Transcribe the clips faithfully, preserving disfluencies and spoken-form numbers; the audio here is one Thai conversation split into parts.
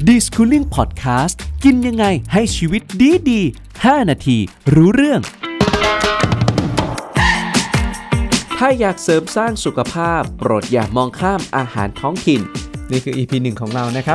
Deschooling Podcast กินยังไงให้ชีวิตดีดีห้านาทีรู้เรื่องถ้าอยากเสริมสร้างสุขภาพโปรดอย่ามองข้ามอาหารท้องถิ่นนี่คือ อี พี หนึ่งของเรานะครับ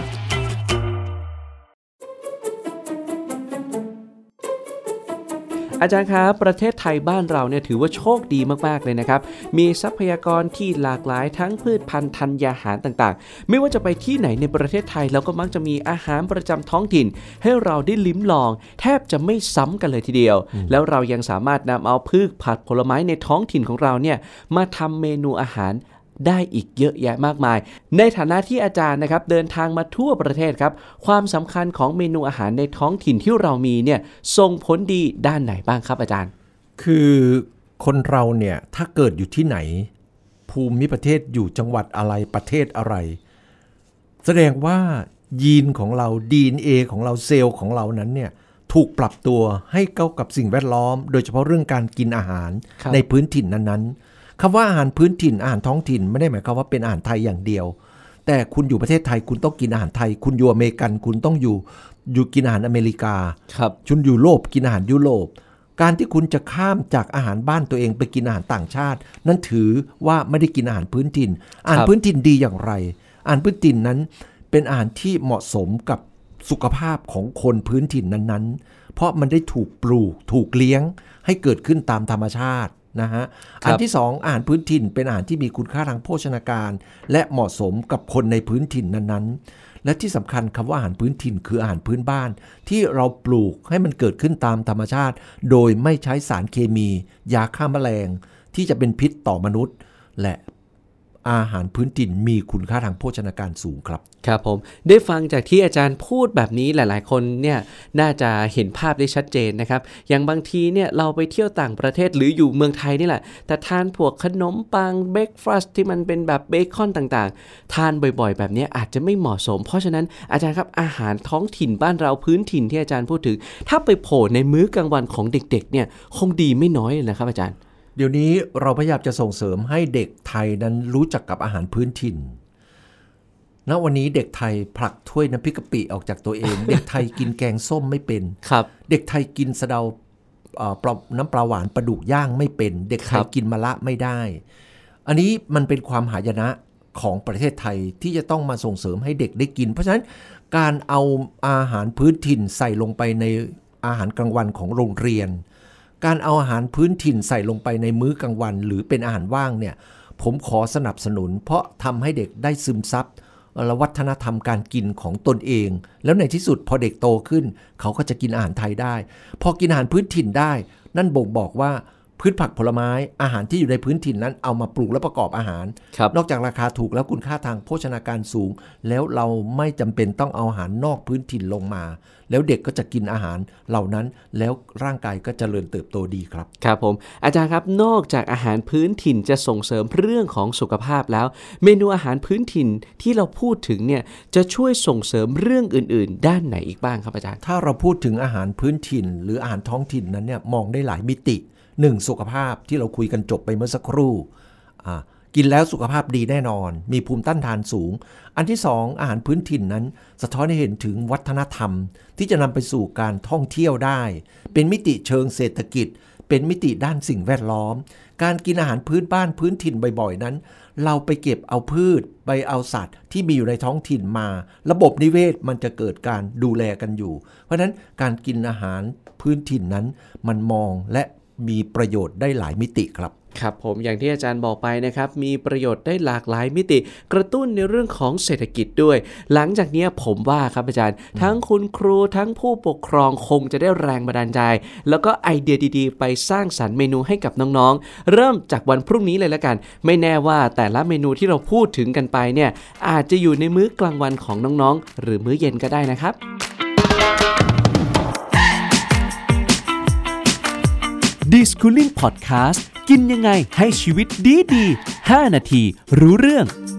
อาจารย์ครับประเทศไทยบ้านเราเนี่ยถือว่าโชคดีมากๆเลยนะครับมีทรัพยากรที่หลากหลายทั้งพืชพันธุ์ธัญญาหารต่างๆไม่ว่าจะไปที่ไหนในประเทศไทยเราก็มักจะมีอาหารประจำท้องถิ่นให้เราได้ลิ้มลองแทบจะไม่ซ้ำกันเลยทีเดียวแล้วเรายังสามารถนำเอาพืชผักผลไม้ในท้องถิ่นของเราเนี่ยมาทำเมนูอาหารได้อีกเยอะแยะมากมายในฐานะที่อาจารย์นะครับเดินทางมาทั่วประเทศครับความสำคัญของเมนูอาหารในท้องถิ่นที่เรามีเนี่ยส่งผลดีด้านไหนบ้างครับอาจารย์คือคนเราเนี่ยถ้าเกิดอยู่ที่ไหนภูมิประเทศอยู่จังหวัดอะไรประเทศอะไรแสดงว่ายีนของเรา ดี เอ็น เอ ของเราเซลล์ของเรานั้นเนี่ยถูกปรับตัวให้เข้ากับสิ่งแวดล้อมโดยเฉพาะเรื่องการกินอาหารในพื้นถิ่นนั้นๆคำว่าอาหารพื้นถิ่นอาหารท้องถิ่นไม่ได้หมายความว่าเป็นอาหารไทยอย่างเดียวแต่คุณอยู่ประเทศไทยคุณต้องกินอาหารไทยคุณอยู่อเมริกันคุณต้องอยู่อยู่กินอาหารอเมริกาครับคุณอยู่ยุโรปกินอาหารยุโรปการที่คุณจะข้ามจากอาหารบ้านตัวเองไปกินอาหารต่างชาตินั่นถือว่าไม่ได้กินอาหารพื้นถิ่นอาหารพื้นถิ่นดีอย่างไรอาหารพื้นถิ่นนั้นเป็นอาหารที่เหมาะสมกับสุขภาพของคนพื้นถิ่นนั้นๆเพราะมันได้ถูกปลูกถูกเลี้ยงให้เกิดขึ้นตามธรรมชาตินะฮะอันที่สองอาหารพื้นถิ่นเป็นอาหารที่มีคุณค่าทางโภชนาการและเหมาะสมกับคนในพื้นถิ่นนั้นๆและที่สำคัญคำว่าอาหารพื้นถิ่นคืออาหารพื้นบ้านที่เราปลูกให้มันเกิดขึ้นตามธรรมชาติโดยไม่ใช้สารเคมียาฆ่าแมลงที่จะเป็นพิษต่อมนุษย์และอาหารพื้นถิ่นมีคุณค่าทางโภชนาการสูงครับครับผมได้ฟังจากที่อาจารย์พูดแบบนี้หลายๆคนเนี่ยน่าจะเห็นภาพได้ชัดเจนนะครับอย่างบางทีเนี่ยเราไปเที่ยวต่างประเทศหรืออยู่เมืองไทยนี่แหละแต่ทานพวกขนมปังเบรกฟาสต์ที่มันเป็นแบบเบคอนต่างๆทานบ่อยๆแบบนี้อาจจะไม่เหมาะสมเพราะฉะนั้นอาจารย์ครับอาหารท้องถิ่นบ้านเราพื้นถิ่นที่อาจารย์พูดถึงถ้าไปโผล่ในมื้อกลางวันของเด็กๆเนี่ยคงดีไม่น้อยเลยนะครับอาจารย์เดี๋ยวนี้เราพยายามจะส่งเสริมให้เด็กไทยนั้นรู้จักกับอาหารพื้นถิ่นณวันนี้เด็กไทยผลักถ้วยน้ำพริกกะปิออกจากตัวเอง เด็กไทยกินแกงส้มไม่เป็นครับเด็กไทยกินสะเดาน้ำปลาหวานปลาดุกย่างไม่เป็นเด็กไทยกินมะระไม่ได้อันนี้มันเป็นความหายนะของประเทศไทยที่จะต้องมาส่งเสริมให้เด็กได้กินเพราะฉะนั้นการเอาอาหารพื้นถิ่นใส่ลงไปในอาหารกลางวันของโรงเรียนการเอาอาหารพื้นถิ่นใส่ลงไปในมื้อกลางวันหรือเป็นอาหารว่างเนี่ยผมขอสนับสนุนเพราะทำให้เด็กได้ซึมซับวัฒนธรรมการกินของตนเองแล้วในที่สุดพอเด็กโตขึ้นเขาก็จะกินอาหารไทยได้พอกินอาหารพื้นถิ่นได้นั่นบ่งบอกว่าพืชผักผลไม้อาหารที่อยู่ในพื้นถิ่นนั้นเอามาปลูกและประกอบอาหารนอกจากราคาถูกแล้วคุณค่าทางโภชนาการสูงแล้วเราไม่จำเป็นต้องเอาอาหารนอกพื้นถิ่นลงมาแล้วเด็กก็จะกินอาหารเหล่านั้นแล้วร่างกายก็เจริญเติบโตดีครับครับผมอาจารย์ครับนอกจากอาหารพื้นถิ่นจะส่งเสริมเรื่องของสุขภาพแล้วเมนูอาหารพื้นถิ่นที่เราพูดถึงเนี่ยจะช่วยส่งเสริมเรื่องอื่นๆด้านไหนอีกบ้างครับอาจารย์ถ้าเราพูดถึงอาหารพื้นถิ่นหรืออาหารท้องถิ่นนั้นเนี่ยมองได้หลายมิติหนึ่งสุขภาพที่เราคุยกันจบไปเมื่อสักครู่อ่ากินแล้วสุขภาพดีแน่นอนมีภูมิต้านทานสูงอันที่สองอาหารพื้นถิ่นนั้นสะท้อนให้เห็นถึงวัฒนธรรมที่จะนำไปสู่การท่องเที่ยวได้เป็นมิติเชิงเศรษฐกิจเป็นมิติด้านสิ่งแวดล้อมการกินอาหารพื้นบ้านพื้นถิ่นบ่อยๆนั้นเราไปเก็บเอาพืชไปเอาสัตว์ที่มีอยู่ในท้องถิ่นมาระบบนิเวศมันจะเกิดการดูแลกันอยู่เพราะฉะนั้นการกินอาหารพื้นถิ่นนั้นมันมองและมีประโยชน์ได้หลายมิติครับครับผมอย่างที่อาจารย์บอกไปนะครับมีประโยชน์ได้หลากหลายมิติกระตุ้นในเรื่องของเศรษฐกิจด้วยหลังจากนี้ผมว่าครับอาจารย์ทั้งคุณครูทั้งผู้ปกครองคงจะได้แรงบันดาลใจแล้วก็ไอเดียดีๆไปสร้างสรรค์เมนูให้กับน้องๆเริ่มจากวันพรุ่งนี้เลยละกันไม่แน่ว่าแต่ละเมนูที่เราพูดถึงกันไปเนี่ยอาจจะอยู่ในมื้อกลางวันของน้องๆหรือมื้อเย็นก็ได้นะครับDeschooling Podcast กินยังไงให้ชีวิตดีดีห้านาทีรู้เรื่อง